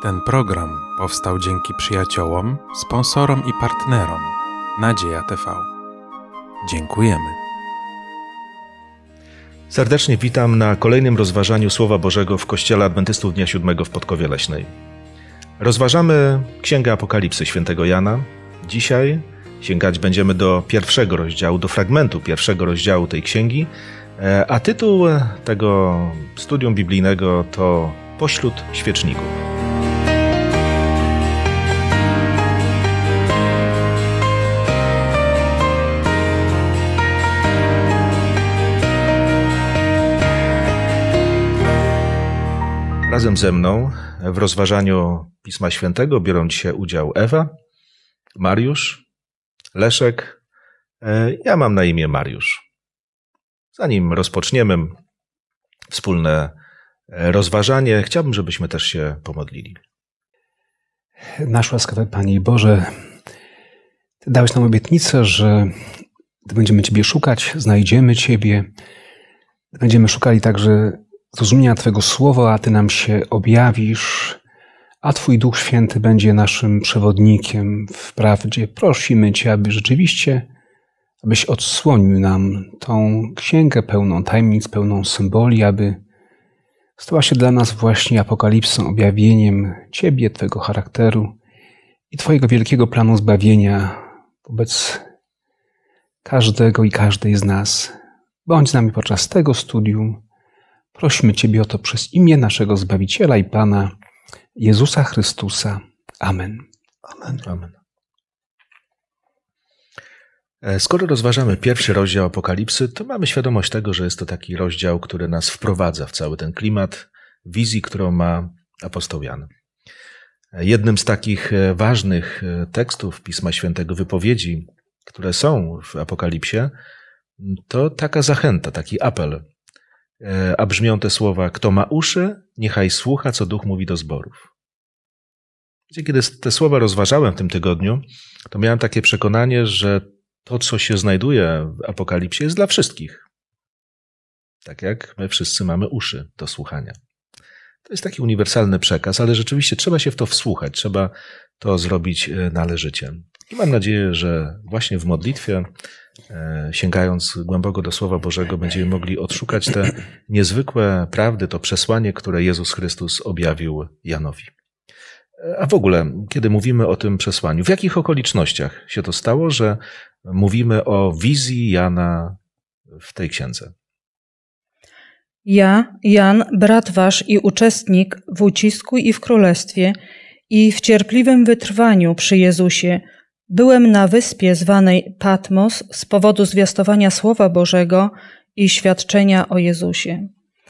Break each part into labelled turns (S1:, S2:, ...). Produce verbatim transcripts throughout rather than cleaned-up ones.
S1: Ten program powstał dzięki przyjaciołom, sponsorom i partnerom Nadzieja T V. Dziękujemy.
S2: Serdecznie witam na kolejnym rozważaniu Słowa Bożego w Kościele Adwentystów Dnia Siódmego w Podkowie Leśnej. Rozważamy Księgę Apokalipsy świętego Jana. Dzisiaj sięgać będziemy do pierwszego rozdziału, do fragmentu pierwszego rozdziału tej księgi, a tytuł tego studium biblijnego to Pośród świeczników. Razem ze mną w rozważaniu Pisma Świętego biorą dzisiaj udział Ewa, Mariusz, Leszek. Ja mam na imię Mariusz. Zanim rozpoczniemy wspólne rozważanie, chciałbym, żebyśmy też się pomodlili.
S3: Nasz łaskawy Panie Boże, Ty dałeś nam obietnicę, że gdy będziemy Ciebie szukać, znajdziemy Ciebie. Będziemy szukali także zrozumienia Twojego Słowa, a Ty nam się objawisz, a Twój Duch Święty będzie naszym przewodnikiem w prawdzie. Prosimy Cię, aby rzeczywiście, abyś odsłonił nam tą księgę pełną tajemnic, pełną symboli, aby stała się dla nas właśnie apokalipsą, objawieniem Ciebie, Twojego charakteru i Twojego wielkiego planu zbawienia wobec każdego i każdej z nas. Bądź z nami podczas tego studium. Prosimy Ciebie o to przez imię naszego Zbawiciela i Pana Jezusa Chrystusa. Amen.
S2: Amen. Amen. Skoro rozważamy pierwszy rozdział Apokalipsy, to mamy świadomość tego, że jest to taki rozdział, który nas wprowadza w cały ten klimat wizji, którą ma apostoł Jan. Jednym z takich ważnych tekstów Pisma Świętego, wypowiedzi, które są w Apokalipsie, to taka zachęta, taki apel. A brzmią te słowa: kto ma uszy, niechaj słucha, co Duch mówi do zborów. Kiedy te słowa rozważałem w tym tygodniu, to miałem takie przekonanie, że to, co się znajduje w Apokalipsie, jest dla wszystkich. Tak jak my wszyscy mamy uszy do słuchania. To jest taki uniwersalny przekaz, ale rzeczywiście trzeba się w to wsłuchać, trzeba to zrobić należycie. I mam nadzieję, że właśnie w modlitwie, sięgając głęboko do Słowa Bożego, będziemy mogli odszukać te niezwykłe prawdy, to przesłanie, które Jezus Chrystus objawił Janowi. A w ogóle, kiedy mówimy o tym przesłaniu, w jakich okolicznościach się to stało, że mówimy o wizji Jana w tej księdze?
S4: Ja, Jan, brat wasz i uczestnik w ucisku i w królestwie i w cierpliwym wytrwaniu przy Jezusie, byłem na wyspie zwanej Patmos z powodu zwiastowania Słowa Bożego i świadczenia o Jezusie.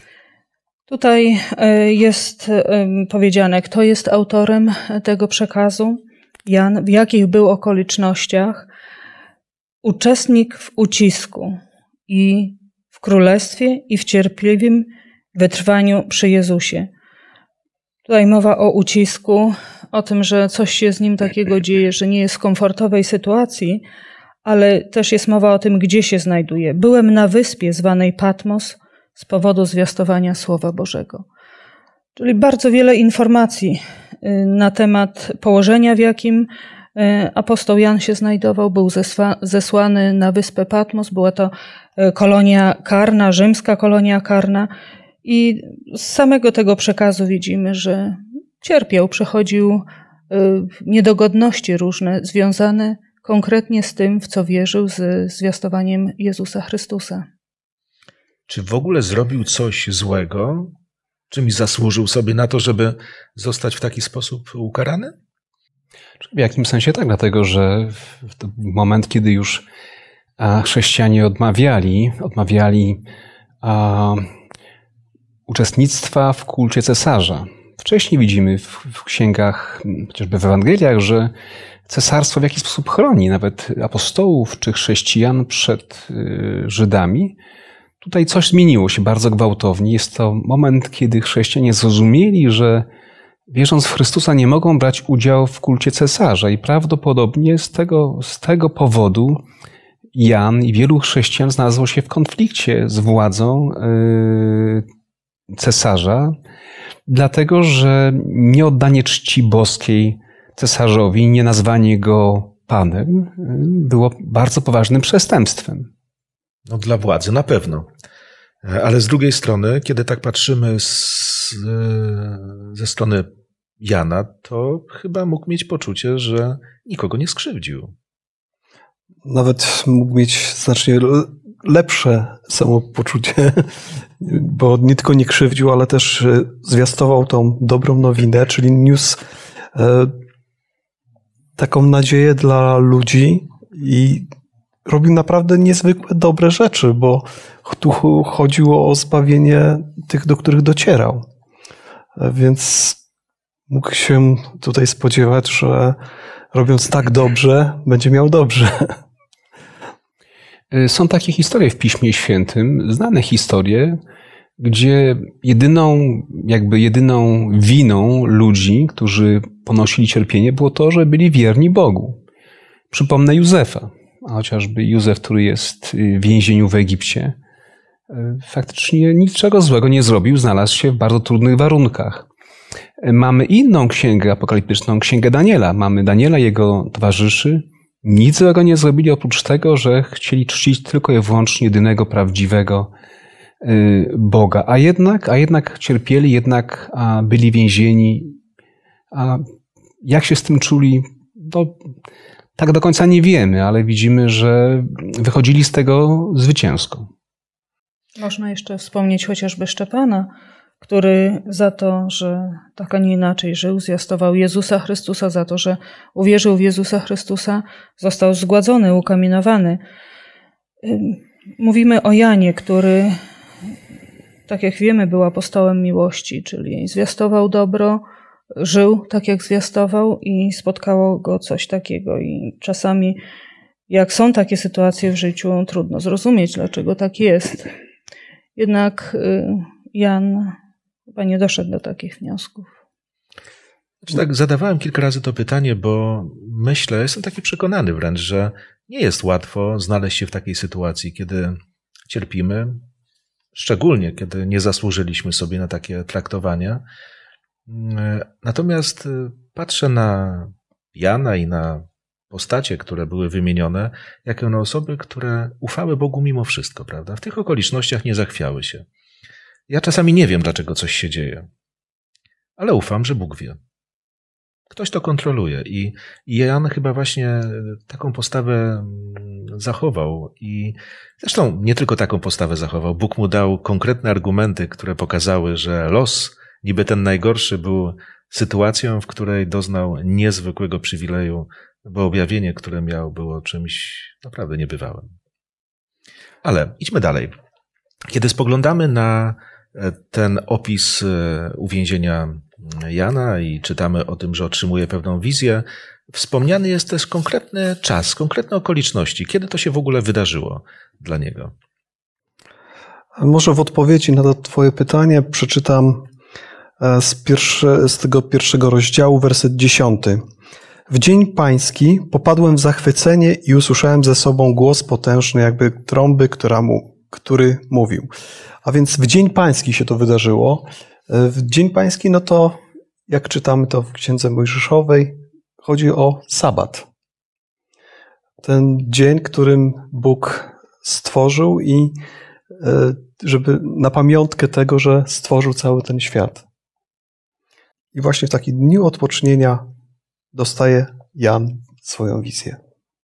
S4: Tutaj jest powiedziane, kto jest autorem tego przekazu, Jan, w jakich był okolicznościach, uczestnik w ucisku i w królestwie i w cierpliwym wytrwaniu przy Jezusie. Tutaj mowa o ucisku, o tym, że coś się z nim takiego dzieje, że nie jest w komfortowej sytuacji, ale też jest mowa o tym, gdzie się znajduje. Byłem na wyspie zwanej Patmos z powodu zwiastowania Słowa Bożego. Czyli bardzo wiele informacji na temat położenia, w jakim apostoł Jan się znajdował. Był zesłany na wyspę Patmos. Była to kolonia karna, rzymska kolonia karna. I z samego tego przekazu widzimy, że cierpiał, przechodził niedogodności różne związane konkretnie z tym, w co wierzył, z zwiastowaniem Jezusa Chrystusa.
S2: Czy w ogóle zrobił coś złego? Czymś zasłużył sobie na to, żeby zostać w taki sposób ukarany?
S3: W jakimś sensie tak, dlatego że w moment, kiedy już chrześcijanie odmawiali, odmawiali a, uczestnictwa w kulcie cesarza. Wcześniej widzimy w, w księgach, chociażby w Ewangeliach, że cesarstwo w jakiś sposób chroni nawet apostołów czy chrześcijan przed y, Żydami. Tutaj coś zmieniło się bardzo gwałtownie. Jest to moment, kiedy chrześcijanie zrozumieli, że wierząc w Chrystusa nie mogą brać udziału w kulcie cesarza i prawdopodobnie z tego, z tego powodu Jan i wielu chrześcijan znalazło się w konflikcie z władzą yy, cesarza, dlatego że nieoddanie czci boskiej cesarzowi, nie nazwanie go panem było bardzo poważnym przestępstwem.
S2: No dla władzy na pewno. Ale z drugiej strony, kiedy tak patrzymy z, ze strony Jana, to chyba mógł mieć poczucie, że nikogo nie skrzywdził.
S5: Nawet mógł mieć znacznie lepsze samopoczucie, bo nie tylko nie krzywdził, ale też zwiastował tą dobrą nowinę, czyli niósł taką nadzieję dla ludzi i robił naprawdę niezwykłe dobre rzeczy, bo tu chodziło o zbawienie tych, do których docierał. Więc mógł się tutaj spodziewać, że robiąc tak dobrze, będzie miał dobrze.
S3: Są takie historie w Piśmie Świętym, znane historie, gdzie jedyną, jakby jedyną winą ludzi, którzy ponosili cierpienie, było to, że byli wierni Bogu. Przypomnę Józefa, a chociażby Józef, który jest w więzieniu w Egipcie, faktycznie niczego złego nie zrobił, znalazł się w bardzo trudnych warunkach. Mamy inną księgę apokaliptyczną, księgę Daniela. Mamy Daniela i jego towarzyszy. Nic złego nie zrobili oprócz tego, że chcieli czcić tylko i wyłącznie jedynego prawdziwego Boga. A jednak, a jednak cierpieli, jednak byli więzieni. A jak się z tym czuli? No, tak do końca nie wiemy, ale widzimy, że wychodzili z tego zwycięsko.
S4: Można jeszcze wspomnieć chociażby Szczepana, który za to, że tak, a nie inaczej żył, zwiastował Jezusa Chrystusa, za to, że uwierzył w Jezusa Chrystusa, został zgładzony, ukamienowany. Mówimy o Janie, który, tak jak wiemy, był apostołem miłości, czyli zwiastował dobro, żył tak, jak zwiastował i spotkało go coś takiego. I czasami, jak są takie sytuacje w życiu, trudno zrozumieć, dlaczego tak jest. Jednak Jan chyba nie doszedł do takich wniosków.
S2: Znaczy tak, zadawałem kilka razy to pytanie, bo myślę, jestem taki przekonany wręcz, że nie jest łatwo znaleźć się w takiej sytuacji, kiedy cierpimy, szczególnie kiedy nie zasłużyliśmy sobie na takie traktowania. Natomiast patrzę na Jana i na postacie, które były wymienione, jako na osoby, które ufały Bogu mimo wszystko, prawda? W tych okolicznościach nie zachwiały się. Ja czasami nie wiem, dlaczego coś się dzieje, ale ufam, że Bóg wie. Ktoś to kontroluje i, i Jan chyba właśnie taką postawę zachował i zresztą nie tylko taką postawę zachował. Bóg mu dał konkretne argumenty, które pokazały, że los, niby ten najgorszy, był sytuacją, w której doznał niezwykłego przywileju, bo objawienie, które miał, było czymś naprawdę niebywałym. Ale idźmy dalej. Kiedy spoglądamy na ten opis uwięzienia Jana i czytamy o tym, że otrzymuje pewną wizję, wspomniany jest też konkretny czas, konkretne okoliczności. Kiedy to się w ogóle wydarzyło dla niego?
S5: Może w odpowiedzi na to twoje pytanie przeczytam z, pierwsze, z tego pierwszego rozdziału, werset dziesiąty. W dzień pański popadłem w zachwycenie i usłyszałem ze sobą głos potężny, jakby trąby, która mu, który mówił. A więc w dzień pański się to wydarzyło. W dzień pański, no to jak czytamy to w Księdze Mojżeszowej, chodzi o sabat. Ten dzień, którym Bóg stworzył i żeby na pamiątkę tego, że stworzył cały ten świat. I właśnie w takim dniu odpocznienia dostaje Jan swoją wizję.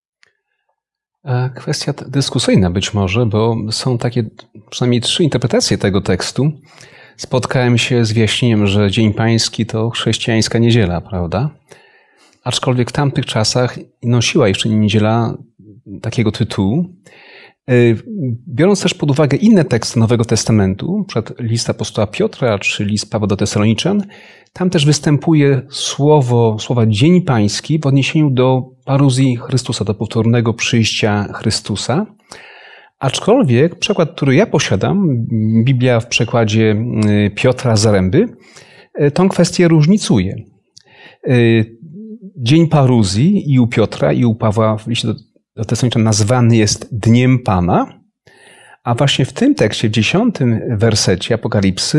S3: Kwestia dyskusyjna być może, bo są takie przynajmniej trzy interpretacje tego tekstu. Spotkałem się z wyjaśnieniem, że Dzień Pański to chrześcijańska niedziela, prawda? Aczkolwiek w tamtych czasach nosiła jeszcze niedziela takiego tytułu. Biorąc też pod uwagę inne teksty Nowego Testamentu, przed list apostoła Piotra czy list Pawła do Tesaloniczan, tam też występuje słowo, słowa Dzień Pański w odniesieniu do paruzji Chrystusa, do powtórnego przyjścia Chrystusa. Aczkolwiek przekład, który ja posiadam, Biblia w przekładzie Piotra Zaręby, tą kwestię różnicuje. Dzień paruzji i u Piotra, i u Pawła w liście do do Tesaloniczan nazwany jest Dniem Pana, a właśnie w tym tekście, w dziesiątym wersecie Apokalipsy,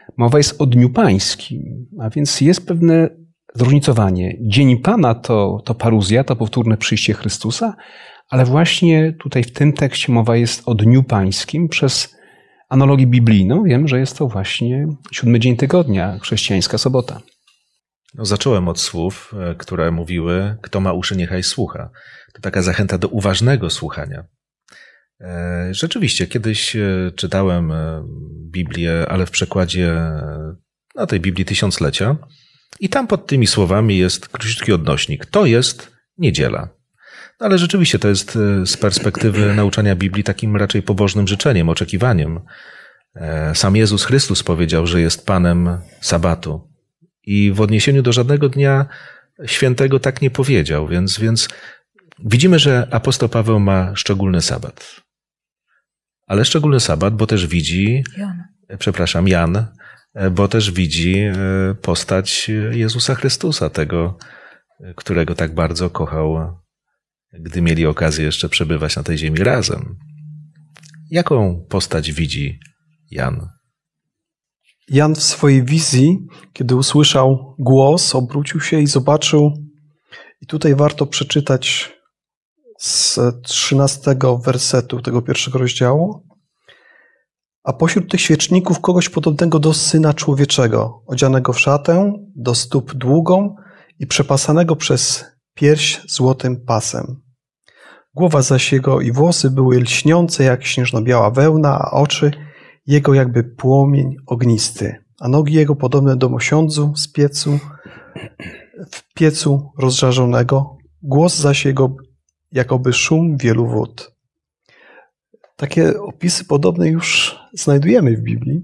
S3: mowa jest o Dniu Pańskim, a więc jest pewne zróżnicowanie. Dzień Pana to, to paruzja, to powtórne przyjście Chrystusa, ale właśnie tutaj w tym tekście mowa jest o Dniu Pańskim przez analogię biblijną. Wiem, że jest to właśnie siódmy dzień tygodnia, chrześcijańska sobota.
S2: No, zacząłem od słów, które mówiły, kto ma uszy, niechaj słucha. To taka zachęta do uważnego słuchania. Rzeczywiście, kiedyś czytałem Biblię, ale w przekładzie no, tej Biblii Tysiąclecia i tam pod tymi słowami jest króciutki odnośnik. To jest niedziela. No, ale rzeczywiście to jest z perspektywy nauczania Biblii takim raczej pobożnym życzeniem, oczekiwaniem. Sam Jezus Chrystus powiedział, że jest Panem sabatu. I w odniesieniu do żadnego dnia świętego tak nie powiedział, więc, więc widzimy, że apostoł Paweł ma szczególny sabat. Ale szczególny sabat, bo też widzi,
S4: Jan.
S2: przepraszam, Jan, bo też widzi postać Jezusa Chrystusa, tego, którego tak bardzo kochał, gdy mieli okazję jeszcze przebywać na tej ziemi razem. Jaką postać widzi Jan?
S5: Jan w swojej wizji, kiedy usłyszał głos, obrócił się i zobaczył, i tutaj warto przeczytać z trzynastego wersetu tego pierwszego rozdziału, a pośród tych świeczników kogoś podobnego do Syna Człowieczego, odzianego w szatę, do stóp długą i przepasanego przez pierś złotym pasem. Głowa zaś jego i włosy były lśniące jak śnieżno-biała wełna, a oczy jego jakby płomień ognisty, a nogi jego podobne do mosiądzu z piecu, w piecu rozżarzonego, głos zaś jego jakoby szum wielu wód. Takie opisy podobne już znajdujemy w Biblii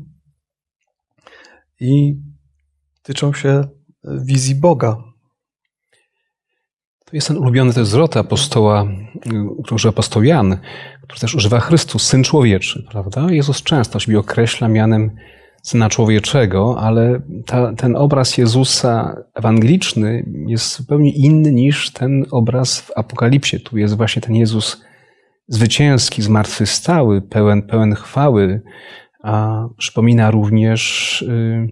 S5: i tyczą się wizji Boga.
S3: To jest ten ulubiony też zwrot apostoła, który używa apostoł Jan, który też używa Chrystus, Syn Człowieczy, prawda? Jezus często siebie określa mianem Syna Człowieczego, ale ta, ten obraz Jezusa ewangeliczny jest zupełnie inny niż ten obraz w Apokalipsie. Tu jest właśnie ten Jezus zwycięski, zmartwychwstały, pełen, pełen chwały, a przypomina również, y,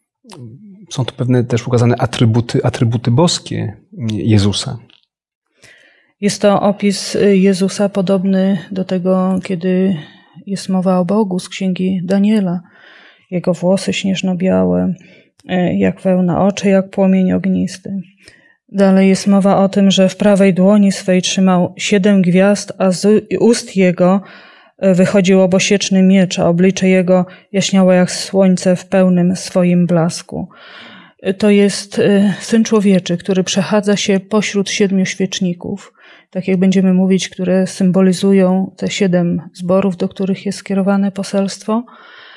S3: są tu pewne też ukazane atrybuty, atrybuty boskie Jezusa.
S4: Jest to opis Jezusa podobny do tego, kiedy jest mowa o Bogu z księgi Daniela. Jego włosy śnieżno-białe, jak wełna, oczy jak płomień ognisty. Dalej jest mowa o tym, że w prawej dłoni swej trzymał siedem gwiazd, a z ust jego wychodził obosieczny miecz, a oblicze jego jaśniało jak słońce w pełnym swoim blasku. To jest Syn Człowieczy, który przechadza się pośród siedmiu świeczników, tak jak będziemy mówić, które symbolizują te siedem zborów, do których jest skierowane poselstwo.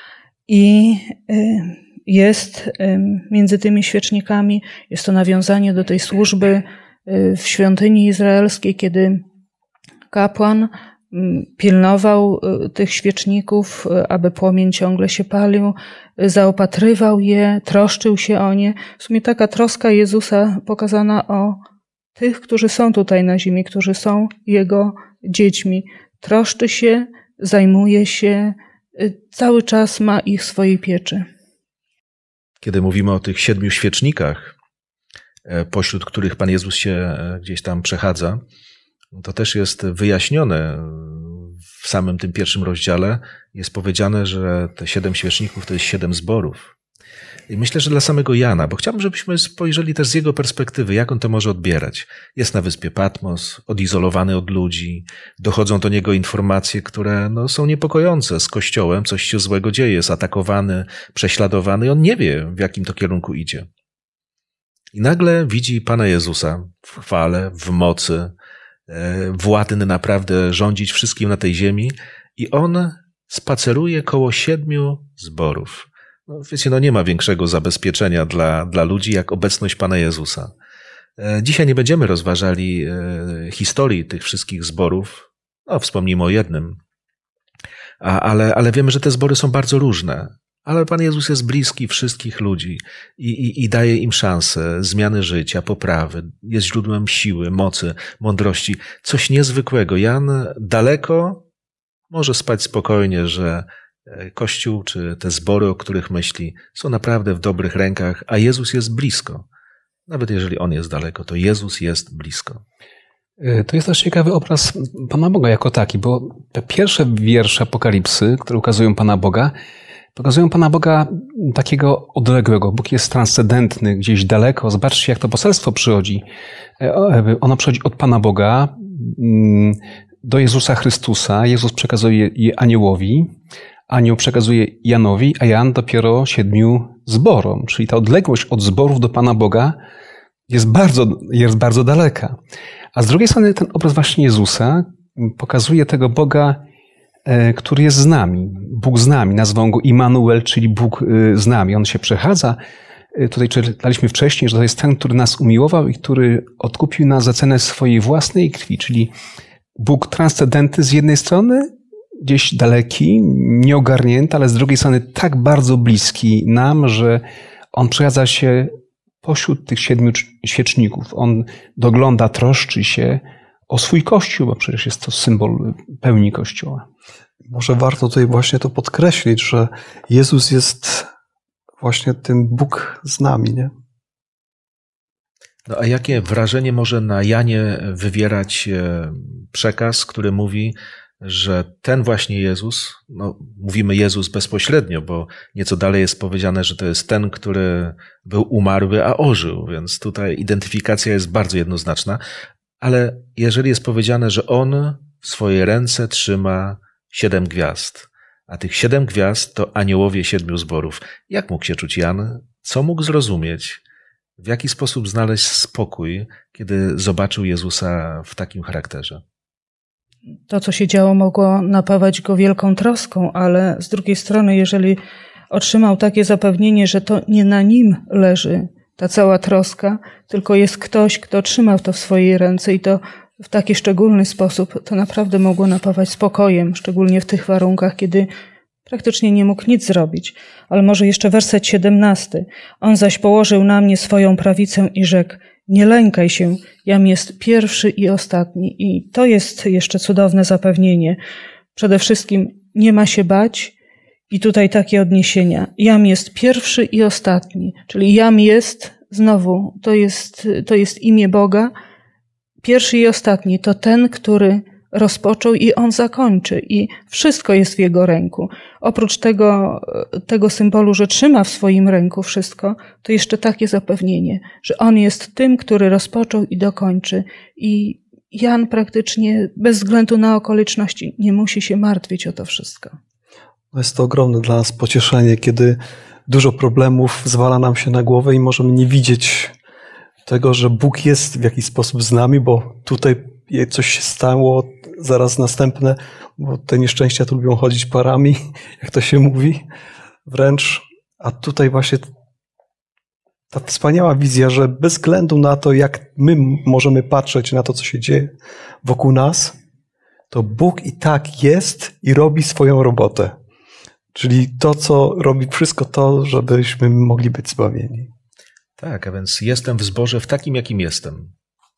S4: I jest między tymi świecznikami, jest to nawiązanie do tej służby w świątyni izraelskiej, kiedy kapłan pilnował tych świeczników, aby płomień ciągle się palił, zaopatrywał je, troszczył się o nie. W sumie taka troska Jezusa pokazana o tych, którzy są tutaj na ziemi, którzy są Jego dziećmi. Troszczy się, zajmuje się, cały czas ma ich w swojej pieczy.
S2: Kiedy mówimy o tych siedmiu świecznikach, pośród których Pan Jezus się gdzieś tam przechadza, to też jest wyjaśnione w samym tym pierwszym rozdziale. Jest powiedziane, że te siedem świeczników to jest siedem zborów. I myślę, że dla samego Jana, bo chciałbym, żebyśmy spojrzeli też z jego perspektywy, jak on to może odbierać. Jest na wyspie Patmos, odizolowany od ludzi, dochodzą do niego informacje, które no, są niepokojące. Z Kościołem coś się złego dzieje, jest atakowany, prześladowany i on nie wie, w jakim to kierunku idzie. I nagle widzi Pana Jezusa w chwale, w mocy, władny naprawdę rządzić wszystkim na tej ziemi i on spaceruje koło siedmiu zborów. No, wiecie, no nie ma większego zabezpieczenia dla, dla ludzi jak obecność Pana Jezusa. Dzisiaj nie będziemy rozważali historii tych wszystkich zborów. No, wspomnijmy o jednym. A, ale, ale wiemy, że te zbory są bardzo różne. Ale Pan Jezus jest bliski wszystkich ludzi i, i, i daje im szansę zmiany życia, poprawy. Jest źródłem siły, mocy, mądrości. Coś niezwykłego. Jan daleko może spać spokojnie, że Kościół czy te zbory, o których myśli, są naprawdę w dobrych rękach, a Jezus jest blisko. Nawet jeżeli On jest daleko, to Jezus jest blisko.
S3: To jest też ciekawy obraz Pana Boga jako taki, bo te pierwsze wiersze Apokalipsy, które ukazują Pana Boga, pokazują Pana Boga takiego odległego. Bóg jest transcendentny, gdzieś daleko. Zobaczcie, jak to poselstwo przychodzi. Ono przychodzi od Pana Boga do Jezusa Chrystusa. Jezus przekazuje je aniołowi, anioł przekazuje Janowi, a Jan dopiero siedmiu zborom. Czyli ta odległość od zborów do Pana Boga jest bardzo, jest bardzo daleka. A z drugiej strony ten obraz właśnie Jezusa pokazuje tego Boga, który jest z nami. Bóg z nami. Nazwą go Immanuel, czyli Bóg z nami. On się przechadza. Tutaj czytaliśmy wcześniej, że to jest ten, który nas umiłował i który odkupił nas za cenę swojej własnej krwi. Czyli Bóg transcendentny z jednej strony, gdzieś daleki, nieogarnięty, ale z drugiej strony tak bardzo bliski nam, że On przechadza się pośród tych siedmiu świeczników. On dogląda, troszczy się o swój Kościół, bo przecież jest to symbol pełni Kościoła.
S5: Może warto tutaj właśnie to podkreślić, że Jezus jest właśnie tym Bóg z nami, nie?
S2: No a jakie wrażenie może na Janie wywierać przekaz, który mówi, że ten właśnie Jezus, no mówimy Jezus bezpośrednio, bo nieco dalej jest powiedziane, że to jest ten, który był umarły, a ożył, więc tutaj identyfikacja jest bardzo jednoznaczna, ale jeżeli jest powiedziane, że On w swojej ręce trzyma siedem gwiazd, a tych siedem gwiazd to aniołowie siedmiu zborów, jak mógł się czuć Jan? Co mógł zrozumieć? W jaki sposób znaleźć spokój, kiedy zobaczył Jezusa w takim charakterze?
S4: To, co się działo, mogło napawać go wielką troską, ale z drugiej strony, jeżeli otrzymał takie zapewnienie, że to nie na nim leży ta cała troska, tylko jest ktoś, kto trzymał to w swojej ręce i to w taki szczególny sposób, to naprawdę mogło napawać spokojem, szczególnie w tych warunkach, kiedy praktycznie nie mógł nic zrobić. Ale może jeszcze werset siedemnasty. On zaś położył na mnie swoją prawicę i rzekł: nie lękaj się, jam jest pierwszy i ostatni. I to jest jeszcze cudowne zapewnienie. Przede wszystkim nie ma się bać i tutaj takie odniesienia. Jam jest pierwszy i ostatni, czyli jam jest, znowu, to jest, to jest imię Boga. Pierwszy i ostatni to ten, który rozpoczął i on zakończy i wszystko jest w jego ręku. Oprócz tego, tego symbolu, że trzyma w swoim ręku wszystko, to jeszcze takie zapewnienie, że on jest tym, który rozpoczął i dokończy. I Jan praktycznie bez względu na okoliczności nie musi się martwić o to wszystko.
S5: Jest to ogromne dla nas pocieszenie, kiedy dużo problemów zwala nam się na głowę i możemy nie widzieć tego, że Bóg jest w jakiś sposób z nami, bo tutaj coś się stało, zaraz następne, bo te nieszczęścia tu lubią chodzić parami, jak to się mówi, wręcz. A tutaj właśnie ta wspaniała wizja, że bez względu na to, jak my możemy patrzeć na to, co się dzieje wokół nas, to Bóg i tak jest i robi swoją robotę. Czyli to, co robi wszystko to, żebyśmy mogli być zbawieni.
S2: Tak, a więc jestem w zborze w takim, jakim jestem.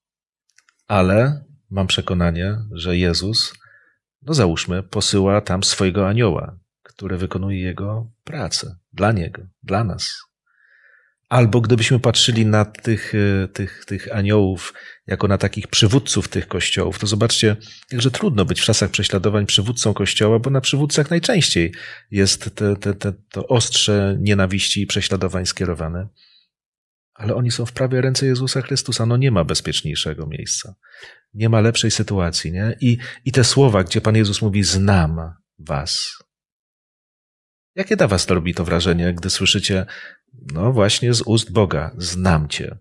S2: Ale mam przekonanie, że Jezus, no załóżmy, posyła tam swojego anioła, który wykonuje jego pracę dla niego, dla nas. Albo gdybyśmy patrzyli na tych, tych, tych aniołów jako na takich przywódców tych kościołów, to zobaczcie, jakże trudno być w czasach prześladowań przywódcą kościoła, bo na przywódcach najczęściej jest te, te, te, to ostrze nienawiści i prześladowań skierowane. Ale oni są w prawej ręce Jezusa Chrystusa. No nie ma bezpieczniejszego miejsca. Nie ma lepszej sytuacji, nie? I, i te słowa, gdzie Pan Jezus mówi: znam was. Jakie dla was to robi to wrażenie, gdy słyszycie, no właśnie z ust Boga, znam cię?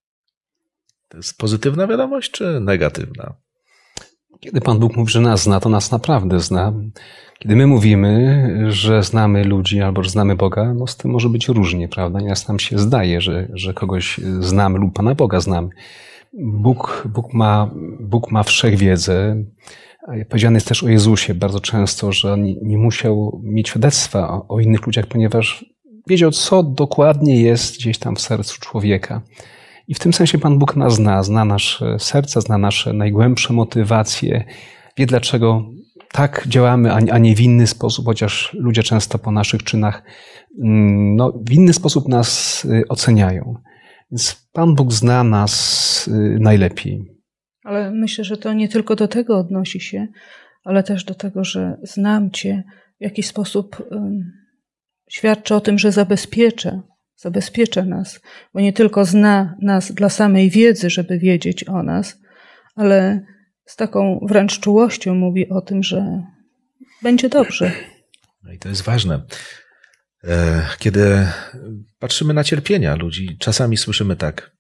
S2: To jest pozytywna wiadomość, czy negatywna?
S3: Kiedy Pan Bóg mówi, że nas zna, to nas naprawdę zna. Kiedy my mówimy, że znamy ludzi albo że znamy Boga, no z tym może być różnie, prawda? Nieraz nam się zdaje, że, że kogoś znamy lub Pana Boga znamy. Bóg, Bóg ma, Bóg ma wszechwiedzę. Powiedziane jest też o Jezusie bardzo często, że on nie musiał mieć świadectwa o, o innych ludziach, ponieważ wiedział, co dokładnie jest gdzieś tam w sercu człowieka. I w tym sensie Pan Bóg nas zna, zna nasze serca, zna nasze najgłębsze motywacje, wie dlaczego tak działamy, a nie w inny sposób, chociaż ludzie często po naszych czynach no, w inny sposób nas oceniają. Więc Pan Bóg zna nas najlepiej.
S4: Ale myślę, że to nie tylko do tego odnosi się, ale też do tego, że znam Cię, w jakiś sposób um, świadczy o tym, że zabezpiecza, zabezpiecza nas, bo nie tylko zna nas dla samej wiedzy, żeby wiedzieć o nas, ale z taką wręcz czułością mówi o tym, że będzie dobrze.
S2: No i to jest ważne. Kiedy patrzymy na cierpienia ludzi, czasami słyszymy tak: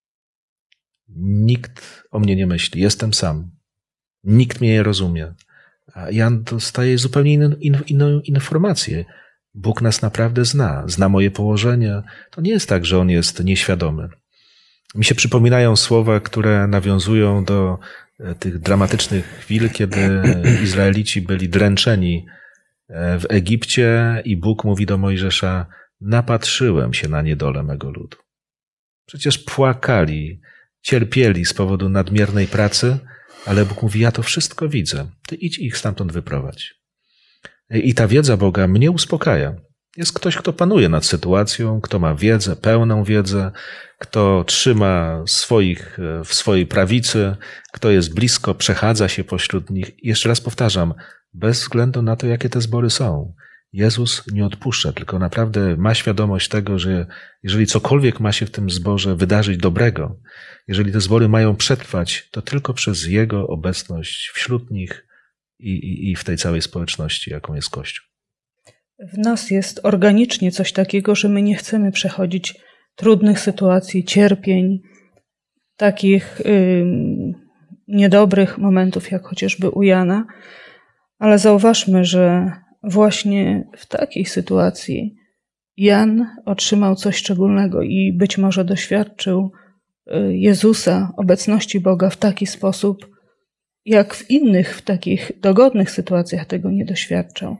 S2: nikt o mnie nie myśli, jestem sam, nikt mnie nie rozumie. A Jan dostaje zupełnie inną, inną informację. Bóg nas naprawdę zna, zna moje położenie. To nie jest tak, że On jest nieświadomy. Mi się przypominają słowa, które nawiązują do tych dramatycznych chwil, kiedy Izraelici byli dręczeni w Egipcie i Bóg mówi do Mojżesza: napatrzyłem się na niedolę mego ludu. Przecież płakali, cierpieli z powodu nadmiernej pracy, ale Bóg mówi: ja to wszystko widzę, ty idź ich stamtąd wyprowadź. I ta wiedza Boga mnie uspokaja. Jest ktoś, kto panuje nad sytuacją, kto ma wiedzę, pełną wiedzę, kto trzyma swoich w swojej prawicy, kto jest blisko, przechadza się pośród nich. I jeszcze raz powtarzam, bez względu na to, jakie te zbory są, Jezus nie odpuszcza, tylko naprawdę ma świadomość tego, że jeżeli cokolwiek ma się w tym zborze wydarzyć dobrego, jeżeli te zbory mają przetrwać, to tylko przez Jego obecność wśród nich i, i, i w tej całej społeczności, jaką jest Kościół.
S4: W nas jest organicznie coś takiego, że my nie chcemy przechodzić trudnych sytuacji, cierpień, takich yy, niedobrych momentów, jak chociażby u Jana, ale zauważmy, że właśnie w takiej sytuacji Jan otrzymał coś szczególnego i być może doświadczył Jezusa, obecności Boga w taki sposób, jak w innych, w takich dogodnych sytuacjach tego nie doświadczał.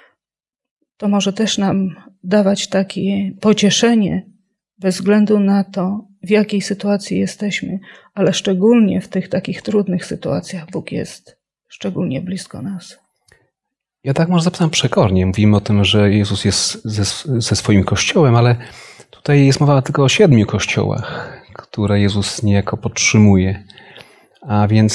S4: To może też nam dawać takie pocieszenie bez względu na to, w jakiej sytuacji jesteśmy, ale szczególnie w tych takich trudnych sytuacjach Bóg jest szczególnie blisko nas.
S3: Ja tak może zapytam przekornie. Mówimy o tym, że Jezus jest ze, ze swoim Kościołem, ale tutaj jest mowa tylko o siedmiu kościołach, które Jezus niejako podtrzymuje. A więc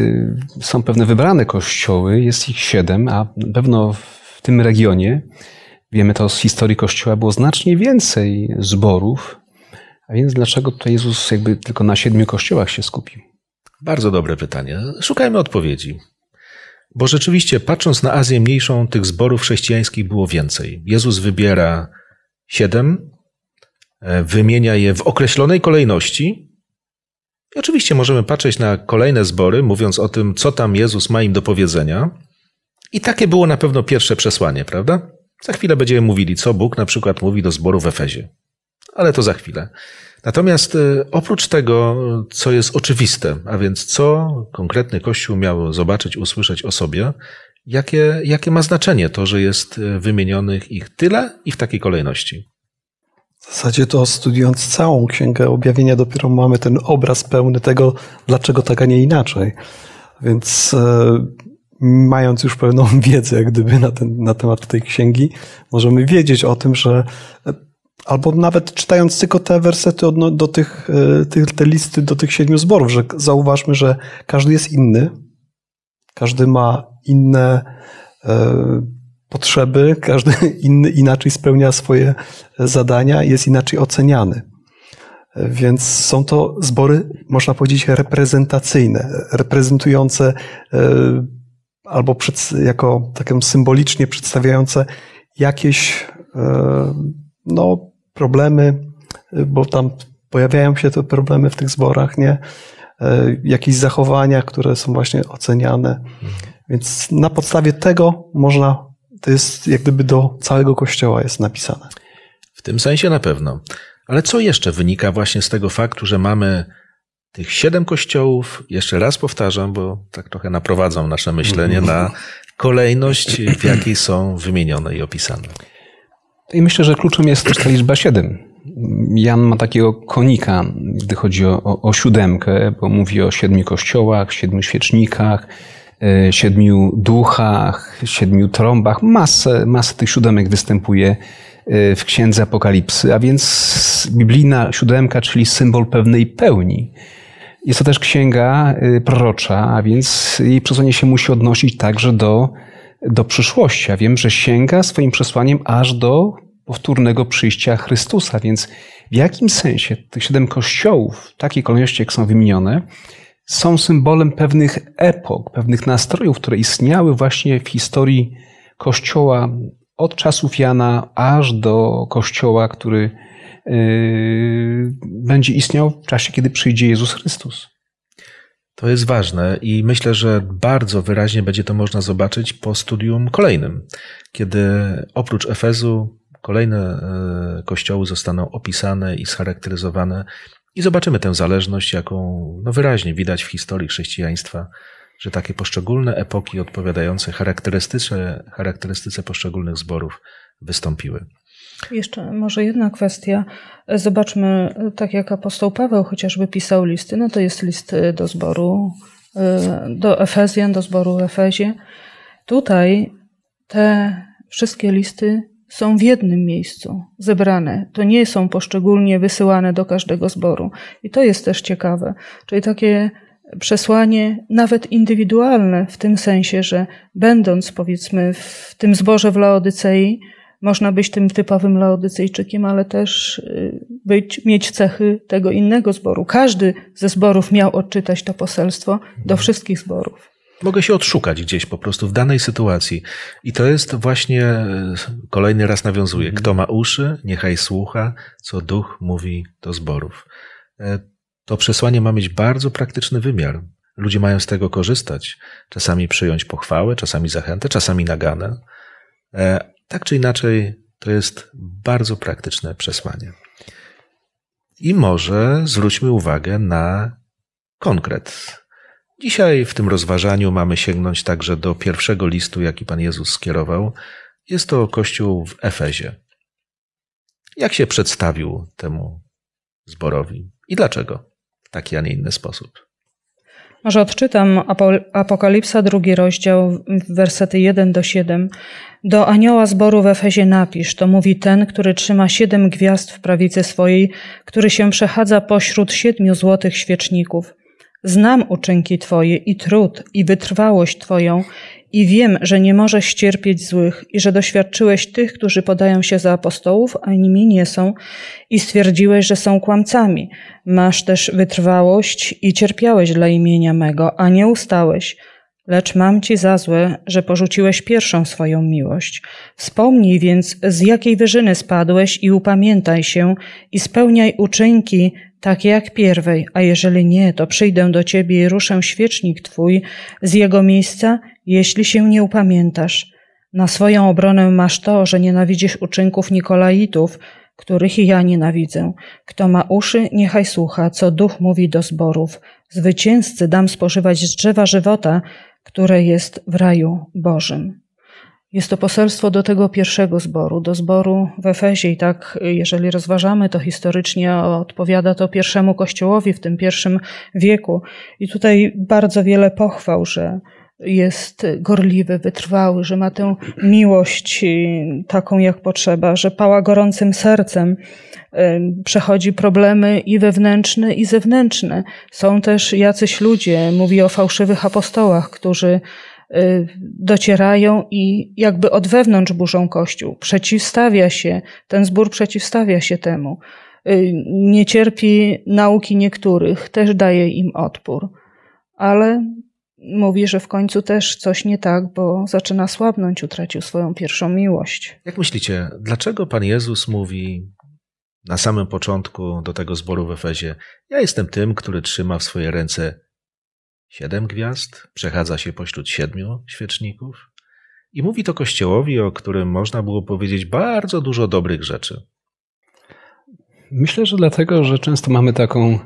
S3: są pewne wybrane kościoły, jest ich siedem, a na pewno w tym regionie, wiemy to z historii Kościoła, było znacznie więcej zborów. A więc dlaczego tutaj Jezus jakby tylko na siedmiu kościołach się skupił?
S2: Bardzo dobre pytanie. Szukajmy odpowiedzi. Bo rzeczywiście, patrząc na Azję Mniejszą, tych zborów chrześcijańskich było więcej. Jezus wybiera siedem, wymienia je w określonej kolejności. I oczywiście możemy patrzeć na kolejne zbory, mówiąc o tym, co tam Jezus ma im do powiedzenia. I takie było na pewno pierwsze przesłanie, prawda? Za chwilę będziemy mówili, co Bóg na przykład mówi do zboru w Efezie. Ale to za chwilę. Natomiast oprócz tego, co jest oczywiste, a więc co konkretny Kościół miał zobaczyć, usłyszeć o sobie, jakie, jakie ma znaczenie to, że jest wymienionych ich tyle i w takiej kolejności.
S5: W zasadzie to studiując całą Księgę Objawienia dopiero mamy ten obraz pełny tego, dlaczego tak, a nie inaczej. Więc e, mając już pełną wiedzę jak gdyby na, ten, na temat tej księgi, możemy wiedzieć o tym, że albo nawet czytając tylko te wersety do, do tych, tych, te listy do tych siedmiu zborów, że zauważmy, że każdy jest inny, każdy ma inne e, potrzeby, każdy inny inaczej spełnia swoje zadania i jest inaczej oceniany. Więc są to zbory, można powiedzieć, reprezentacyjne, reprezentujące e, albo przed, jako taką symbolicznie przedstawiające jakieś e, no, problemy, bo tam pojawiają się te problemy w tych zborach, nie? Jakieś zachowania, które są właśnie oceniane. Więc na podstawie tego można, to jest jak gdyby do całego Kościoła jest napisane.
S2: W tym sensie na pewno. Ale co jeszcze wynika właśnie z tego faktu, że mamy tych siedem kościołów, jeszcze raz powtarzam, bo tak trochę naprowadzam nasze myślenie na kolejność, w jakiej są wymienione i opisane.
S3: I myślę, że kluczem jest też ta liczba siedem. Jan ma takiego konika, gdy chodzi o, o, o siódemkę, bo mówi o siedmiu kościołach, siedmiu świecznikach, siedmiu duchach, siedmiu trąbach. Masę, masę tych siódemek występuje w Księdze Apokalipsy, a więc biblijna siódemka, czyli symbol pewnej pełni. Jest to też księga prorocza, a więc jej przesłanie się musi odnosić także do, do przyszłości. A wiem, że sięga swoim przesłaniem aż do powtórnego przyjścia Chrystusa, więc w jakim sensie tych siedem kościołów, w takiej kolejności, jak są wymienione, są symbolem pewnych epok, pewnych nastrojów, które istniały właśnie w historii Kościoła od czasów Jana aż do Kościoła, który yy, będzie istniał w czasie, kiedy przyjdzie Jezus Chrystus.
S2: To jest ważne i myślę, że bardzo wyraźnie będzie to można zobaczyć po studium kolejnym, kiedy oprócz Efezu kolejne kościoły zostaną opisane i scharakteryzowane i zobaczymy tę zależność, jaką no wyraźnie widać w historii chrześcijaństwa, że takie poszczególne epoki odpowiadające charakterystyce, charakterystyce poszczególnych zborów wystąpiły.
S4: Jeszcze może jedna kwestia. Zobaczmy, tak jak apostoł Paweł chociażby pisał listy, no to jest list do zboru, do Efezjan, do zboru w Efezie. Tutaj te wszystkie listy są w jednym miejscu zebrane. To nie są poszczególnie wysyłane do każdego zboru. I to jest też ciekawe. Czyli takie przesłanie nawet indywidualne w tym sensie, że będąc powiedzmy w tym zborze w Laodycei, można być tym typowym Laodycejczykiem, ale też być, mieć cechy tego innego zboru. Każdy ze zborów miał odczytać to poselstwo do wszystkich zborów.
S2: Mogę się odszukać gdzieś po prostu w danej sytuacji. I to jest właśnie, kolejny raz nawiązuje, kto ma uszy, niechaj słucha, co Duch mówi do zborów. To przesłanie ma mieć bardzo praktyczny wymiar. Ludzie mają z tego korzystać. Czasami przyjąć pochwałę, czasami zachętę, czasami naganę. Tak czy inaczej, to jest bardzo praktyczne przesłanie. I może zwróćmy uwagę na konkret. Dzisiaj w tym rozważaniu mamy sięgnąć także do pierwszego listu, jaki Pan Jezus skierował. Jest to Kościół w Efezie. Jak się przedstawił temu zborowi i dlaczego w taki, a nie inny sposób?
S4: Może odczytam Apokalipsa, drugi rozdział, wersety jeden do siedem. Do anioła zboru w Efezie napisz, to mówi ten, który trzyma siedem gwiazd w prawicy swojej, który się przechadza pośród siedmiu złotych świeczników. Znam uczynki Twoje i trud, i wytrwałość Twoją i wiem, że nie możesz ścierpieć złych i że doświadczyłeś tych, którzy podają się za apostołów, a nimi nie są i stwierdziłeś, że są kłamcami. Masz też wytrwałość i cierpiałeś dla imienia mego, a nie ustałeś. Lecz mam Ci za złe, że porzuciłeś pierwszą swoją miłość. Wspomnij więc, z jakiej wyżyny spadłeś i upamiętaj się i spełniaj uczynki takie jak pierwej, a jeżeli nie, to przyjdę do Ciebie i ruszę świecznik Twój z jego miejsca, jeśli się nie upamiętasz. Na swoją obronę masz to, że nienawidzisz uczynków Nikolaitów, których i ja nienawidzę. Kto ma uszy, niechaj słucha, co Duch mówi do zborów. Zwycięzcy dam spożywać z drzewa żywota, które jest w raju Bożym. Jest to poselstwo do tego pierwszego zboru, do zboru w Efezie i tak, jeżeli rozważamy to historycznie, odpowiada to pierwszemu kościołowi w tym pierwszym wieku. I tutaj bardzo wiele pochwał, że jest gorliwy, wytrwały, że ma tę miłość taką jak potrzeba, że pała gorącym sercem, przechodzi problemy i wewnętrzne, i zewnętrzne. Są też jacyś ludzie, mówi o fałszywych apostołach, którzy docierają i jakby od wewnątrz burzą Kościół. Przeciwstawia się, ten zbór przeciwstawia się temu. Nie cierpi nauki niektórych, też daje im odpór. Ale mówi, że w końcu też coś nie tak, bo zaczyna słabnąć, utracił swoją pierwszą miłość.
S2: Jak myślicie, dlaczego Pan Jezus mówi na samym początku do tego zboru w Efezie: ja jestem tym, który trzyma w swojej ręce siedem gwiazd, przechadza się pośród siedmiu świeczników i mówi to Kościołowi, o którym można było powiedzieć bardzo dużo dobrych rzeczy?
S3: Myślę, że dlatego, że często mamy taką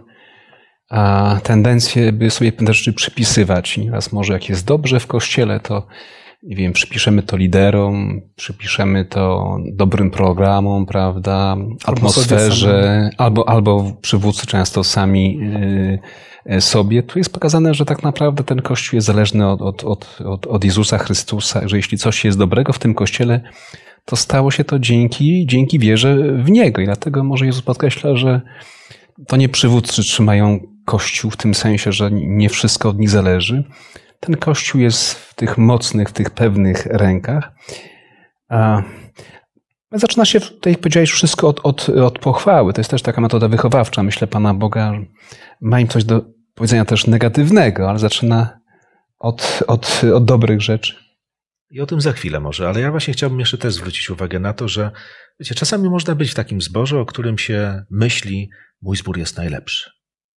S3: a, tendencję, by sobie pewne rzeczy przypisywać. Nieraz może jak jest dobrze w Kościele, to nie wiem, przypiszemy to liderom, przypiszemy to dobrym programom, prawda, atmosferze, albo, albo przywódcy często sami sobie. Tu jest pokazane, że tak naprawdę ten Kościół jest zależny od, od, od, od, od Jezusa Chrystusa, że jeśli coś jest dobrego w tym Kościele, to stało się to dzięki, dzięki wierze w Niego. I dlatego może Jezus podkreśla, że to nie przywódcy trzymają Kościół w tym sensie, że nie wszystko od nich zależy. Ten Kościół jest w tych mocnych, w tych pewnych rękach. A zaczyna się, tutaj powiedziałeś, wszystko od, od, od pochwały. To jest też taka metoda wychowawcza, myślę, Pana Boga. Ma im coś do powiedzenia też negatywnego, ale zaczyna od, od, od dobrych rzeczy.
S2: I o tym za chwilę może, ale ja właśnie chciałbym jeszcze też zwrócić uwagę na to, że wiecie, czasami można być w takim zborze, o którym się myśli, mój zbór jest najlepszy.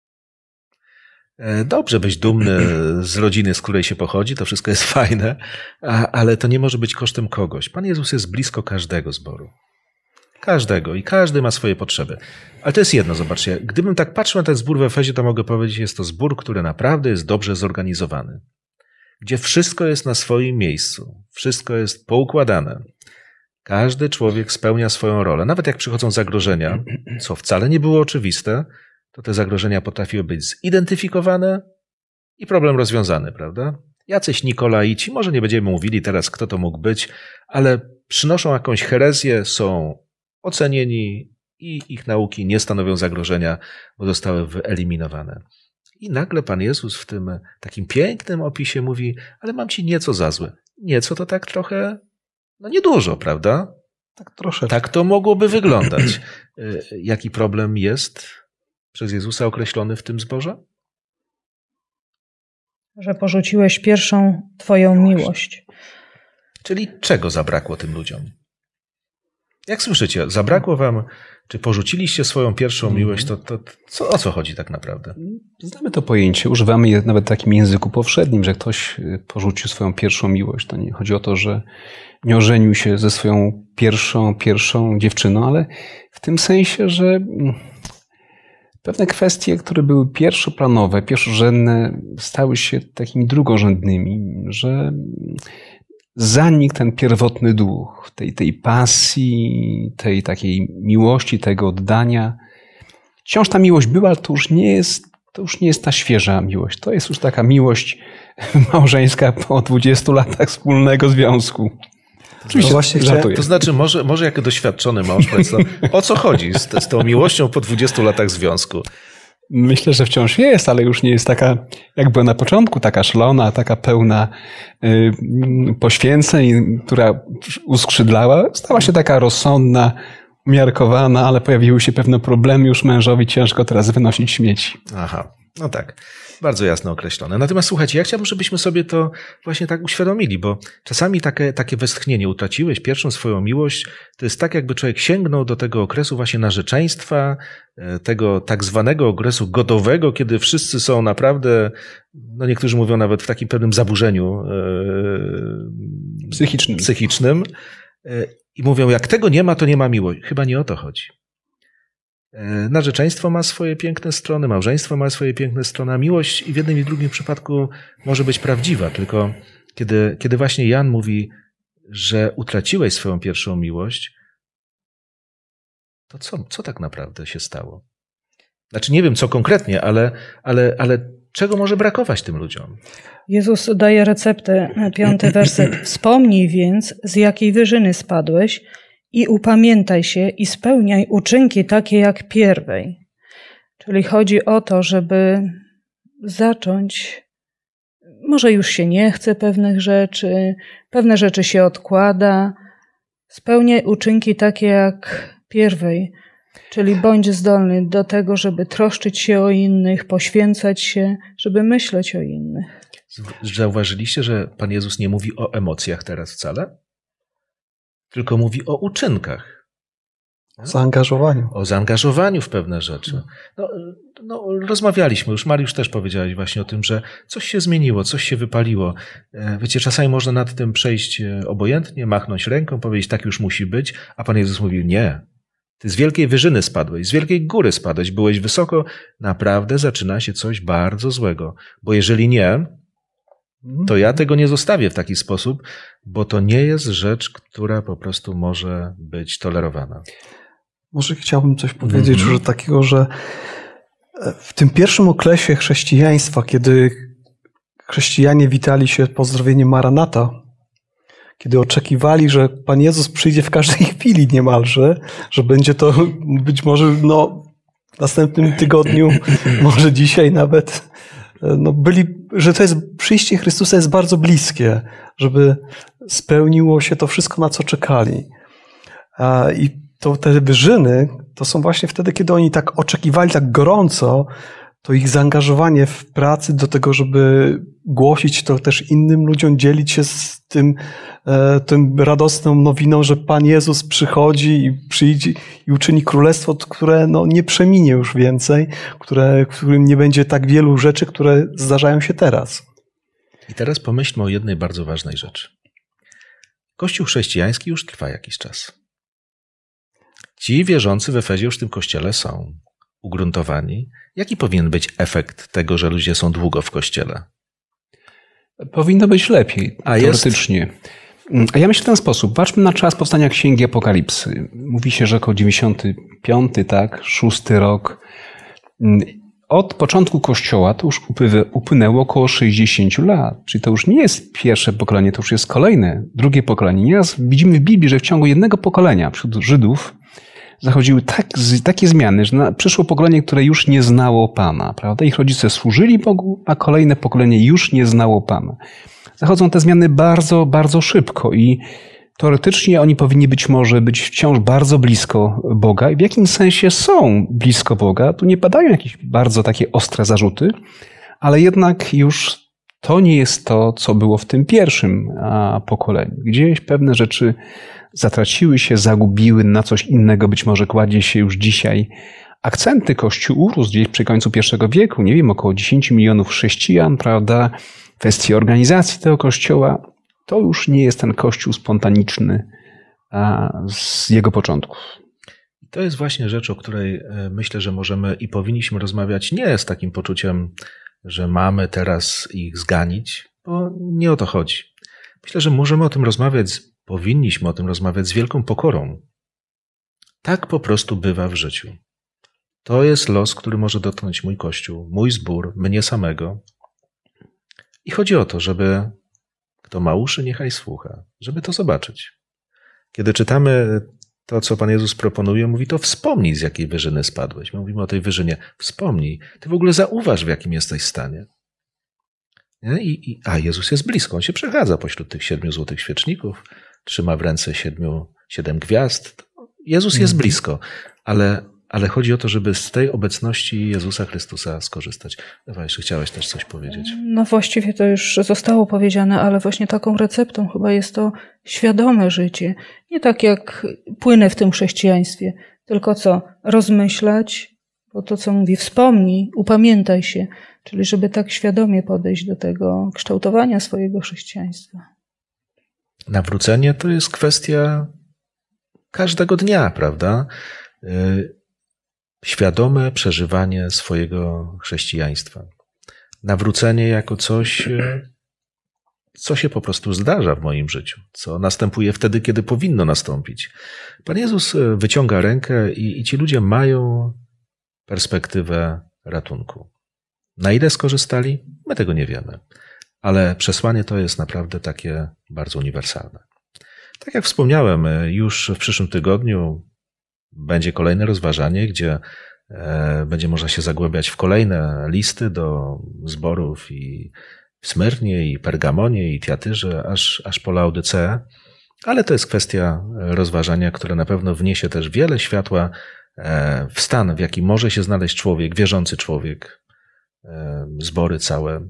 S2: Dobrze być dumny z rodziny, z której się pochodzi, to wszystko jest fajne, ale to nie może być kosztem kogoś. Pan Jezus jest blisko każdego zboru. Każdego i każdy ma swoje potrzeby. Ale to jest jedno, zobaczcie, gdybym tak patrzył na ten zbór w Efezie, to mogę powiedzieć, jest to zbór, który naprawdę jest dobrze zorganizowany. Gdzie wszystko jest na swoim miejscu, wszystko jest poukładane. Każdy człowiek spełnia swoją rolę. Nawet jak przychodzą zagrożenia, co wcale nie było oczywiste, to te zagrożenia potrafiły być zidentyfikowane i problem rozwiązany, prawda? Jacyś Nikolaici, może nie będziemy mówili teraz, kto to mógł być, ale przynoszą jakąś herezję, są ocenieni i ich nauki nie stanowią zagrożenia, bo zostały wyeliminowane. I nagle Pan Jezus w tym takim pięknym opisie mówi, ale mam ci nieco za złe. Nieco to tak trochę, no niedużo, prawda?
S5: Tak troszeczkę.
S2: Tak to mogłoby wyglądać. Jaki problem jest przez Jezusa określony w tym zborze?
S4: Że porzuciłeś pierwszą Twoją miłość.
S2: Czyli czego zabrakło tym ludziom? Jak słyszycie, zabrakło wam, czy porzuciliście swoją pierwszą miłość, to, to co, o co chodzi tak naprawdę?
S3: Znamy to pojęcie, używamy je nawet w takim języku powszednim, że ktoś porzucił swoją pierwszą miłość. To nie chodzi o to, że nie ożenił się ze swoją pierwszą, pierwszą dziewczyną, ale w tym sensie, że pewne kwestie, które były pierwszoplanowe, pierwszorzędne, stały się takimi drugorzędnymi, że zanikł ten pierwotny duch, tej, tej pasji, tej takiej miłości, tego oddania. Wciąż ta miłość była, ale to już nie jest, to już nie jest ta świeża miłość. To jest już taka miłość małżeńska po dwudziestu latach wspólnego związku. Oczywiście
S5: no właśnie
S3: żartuję.
S2: To znaczy, może, może jako doświadczony mąż, powiedz, no, o co chodzi z, z tą miłością po dwudziestu latach związku?
S3: Myślę, że wciąż jest, ale już nie jest taka, jak była na początku, taka szalona, taka pełna y, poświęceń, która uskrzydlała. Stała się taka rozsądna, umiarkowana, ale pojawiły się pewne problemy. Już mężowi ciężko teraz wynosić śmieci.
S2: Aha, no tak. Bardzo jasno określone. Natomiast słuchajcie, ja chciałbym, żebyśmy sobie to właśnie tak uświadomili, bo czasami takie, takie westchnienie, utraciłeś pierwszą swoją miłość, to jest tak, jakby człowiek sięgnął do tego okresu właśnie narzeczeństwa, tego tak zwanego okresu godowego, kiedy wszyscy są naprawdę, no niektórzy mówią nawet w takim pewnym zaburzeniu yy,
S3: Psychicznym.
S2: psychicznym yy, i mówią, jak tego nie ma, to nie ma miłości. Chyba nie o to chodzi. Narzeczeństwo ma swoje piękne strony, małżeństwo ma swoje piękne strony, a miłość i w jednym i w drugim przypadku może być prawdziwa, tylko kiedy, kiedy właśnie Jan mówi, że utraciłeś swoją pierwszą miłość, to co, co tak naprawdę się stało? Znaczy nie wiem, co konkretnie, ale, ale, ale czego może brakować tym ludziom?
S4: Jezus daje receptę, piąty werset. Wspomnij więc, z jakiej wyżyny spadłeś, i upamiętaj się i spełniaj uczynki takie jak pierwej. Czyli chodzi o to, żeby zacząć, może już się nie chce pewnych rzeczy, pewne rzeczy się odkłada. Spełniaj uczynki takie jak pierwej, czyli bądź zdolny do tego, żeby troszczyć się o innych, poświęcać się, żeby myśleć o innych.
S2: Zauważyliście, że Pan Jezus nie mówi o emocjach teraz wcale? Tylko mówi o uczynkach.
S5: O zaangażowaniu.
S2: O zaangażowaniu w pewne rzeczy. No, no, rozmawialiśmy, już Mariusz też powiedziałeś właśnie o tym, że coś się zmieniło, coś się wypaliło. Wiecie, czasami można nad tym przejść obojętnie, machnąć ręką, powiedzieć, tak już musi być, a Pan Jezus mówił, nie. Ty z wielkiej wyżyny spadłeś, z wielkiej góry spadłeś, byłeś wysoko, naprawdę zaczyna się coś bardzo złego. Bo jeżeli nie, to ja tego nie zostawię w taki sposób, bo to nie jest rzecz, która po prostu może być tolerowana.
S5: Może chciałbym coś powiedzieć, mm-hmm. że takiego, że w tym pierwszym okresie chrześcijaństwa, kiedy chrześcijanie witali się pozdrowieniem Maranata, kiedy oczekiwali, że Pan Jezus przyjdzie w każdej chwili niemalże, że będzie to być może no, w następnym tygodniu, może dzisiaj nawet, no byli, że to jest przyjście Chrystusa jest bardzo bliskie, żeby spełniło się to wszystko, na co czekali. I to te wyżyny to są właśnie wtedy, kiedy oni tak oczekiwali tak gorąco, to ich zaangażowanie w pracy do tego, żeby głosić to też innym ludziom, dzielić się z tym, tym radosną nowiną, że Pan Jezus przychodzi i przyjdzie i uczyni królestwo, które no, nie przeminie już więcej, które, w którym nie będzie tak wielu rzeczy, które zdarzają się teraz.
S2: I teraz pomyślmy o jednej bardzo ważnej rzeczy. Kościół chrześcijański już trwa jakiś czas. Ci wierzący w Efezie już w tym kościele są ugruntowani. Jaki powinien być efekt tego, że ludzie są długo w kościele?
S3: Powinno być lepiej,
S2: A
S3: teoretycznie. Jest? A ja myślę w ten sposób. Patrzmy na czas powstania Księgi Apokalipsy. Mówi się, że około dziewięćdziesiąty piąty, tak, szósty rok. Od początku Kościoła to już upłynęło około sześćdziesiąt lat. Czyli to już nie jest pierwsze pokolenie, to już jest kolejne, drugie pokolenie. Nieraz widzimy w Biblii, że w ciągu jednego pokolenia wśród Żydów zachodziły tak, takie zmiany, że przyszło pokolenie, które już nie znało Pana, prawda? Ich rodzice służyli Bogu, a kolejne pokolenie już nie znało Pana. Zachodzą te zmiany bardzo, bardzo szybko i teoretycznie oni powinni być może być wciąż bardzo blisko Boga i w jakim sensie są blisko Boga. Tu nie padają jakieś bardzo takie ostre zarzuty, ale jednak już to nie jest to, co było w tym pierwszym pokoleniu. Gdzieś pewne rzeczy zatraciły się, zagubiły, na coś innego być może kładzie się już dzisiaj akcenty. Kościół urósł gdzieś przy końcu pierwszego wieku, nie wiem, około dziesięć milionów chrześcijan, prawda? Kwestie organizacji tego kościoła, to już nie jest ten kościół spontaniczny z jego początków.
S2: To jest właśnie rzecz, o której myślę, że możemy i powinniśmy rozmawiać nie z takim poczuciem, że mamy teraz ich zganić, bo nie o to chodzi. Myślę, że możemy o tym rozmawiać, powinniśmy o tym rozmawiać z wielką pokorą. Tak po prostu bywa w życiu. To jest los, który może dotknąć mój Kościół, mój zbór, mnie samego. I chodzi o to, żeby kto ma uszy, niechaj słucha, żeby to zobaczyć. Kiedy czytamy to, co Pan Jezus proponuje, mówi to wspomnij, z jakiej wyżyny spadłeś. My mówimy o tej wyżynie. Wspomnij. Ty w ogóle zauważ, w jakim jesteś stanie. I, i, a Jezus jest blisko. On się przechadza pośród tych siedmiu złotych świeczników, trzyma w ręce siedmiu, siedem gwiazd. Jezus jest blisko, ale, ale chodzi o to, żeby z tej obecności Jezusa Chrystusa skorzystać. Ewa, jeszcze chciałaś też coś powiedzieć.
S4: No właściwie to już zostało powiedziane, ale właśnie taką receptą chyba jest to świadome życie. Nie tak jak płynę w tym chrześcijaństwie, tylko co? Rozmyślać, bo to co mówi, wspomnij, upamiętaj się, czyli żeby tak świadomie podejść do tego kształtowania swojego chrześcijaństwa.
S2: Nawrócenie to jest kwestia każdego dnia, prawda? Świadome przeżywanie swojego chrześcijaństwa. Nawrócenie jako coś, co się po prostu zdarza w moim życiu, co następuje wtedy, kiedy powinno nastąpić. Pan Jezus wyciąga rękę i, i ci ludzie mają perspektywę ratunku. Na ile skorzystali? My tego nie wiemy. Ale przesłanie to jest naprawdę takie bardzo uniwersalne. Tak jak wspomniałem, już w przyszłym tygodniu będzie kolejne rozważanie, gdzie będzie można się zagłębiać w kolejne listy do zborów i w Smyrnie, i Pergamonie, i Tiatyrze, aż, aż po Laodyceę. Ale to jest kwestia rozważania, które na pewno wniesie też wiele światła w stan, w jakim może się znaleźć człowiek, wierzący człowiek, zbory całe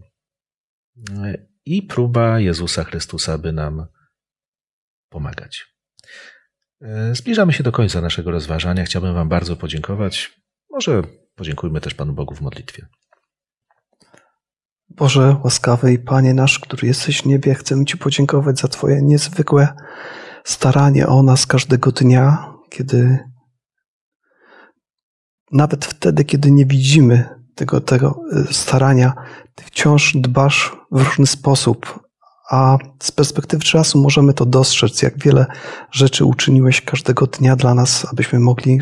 S2: i próba Jezusa Chrystusa, by nam pomagać. Zbliżamy się do końca naszego rozważania. Chciałbym Wam bardzo podziękować. Może podziękujmy też Panu Bogu w modlitwie.
S5: Boże łaskawy i Panie nasz, który jesteś w niebie, chcę Ci podziękować za Twoje niezwykłe staranie o nas każdego dnia, kiedy nawet wtedy, kiedy nie widzimy tego, tego starania, Ty wciąż dbasz w różny sposób, a z perspektywy czasu możemy to dostrzec, jak wiele rzeczy uczyniłeś każdego dnia dla nas, abyśmy mogli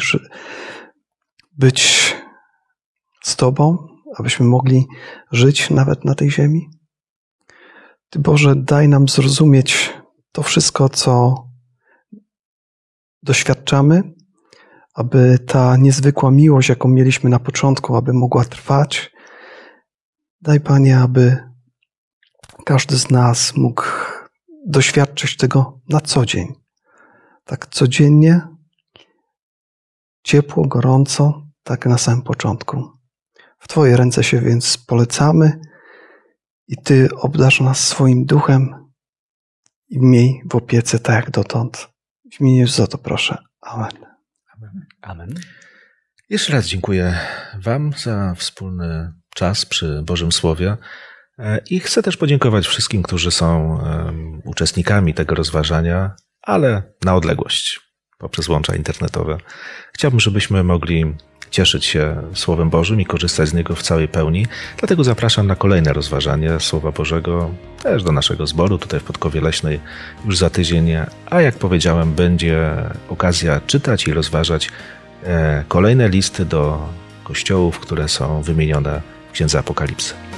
S5: być z Tobą, abyśmy mogli żyć nawet na tej ziemi. Ty, Boże, daj nam zrozumieć to wszystko, co doświadczamy, aby ta niezwykła miłość, jaką mieliśmy na początku, aby mogła trwać. Daj, Panie, aby każdy z nas mógł doświadczyć tego na co dzień. Tak codziennie, ciepło, gorąco, tak na samym początku. W Twoje ręce się więc polecamy i Ty obdarz nas swoim duchem i miej w opiece tak jak dotąd. W imieniu Jezusa to proszę. Amen.
S3: Amen. Amen.
S2: Jeszcze raz dziękuję Wam za wspólny czas przy Bożym Słowie i chcę też podziękować wszystkim, którzy są um, uczestnikami tego rozważania, ale na odległość, poprzez łącza internetowe. Chciałbym, żebyśmy mogli cieszyć się Słowem Bożym i korzystać z niego w całej pełni. Dlatego zapraszam na kolejne rozważanie Słowa Bożego, też do naszego zboru tutaj w Podkowie Leśnej już za tydzień. A jak powiedziałem, będzie okazja czytać i rozważać kolejne listy do kościołów, które są wymienione w Księdze Apokalipsy.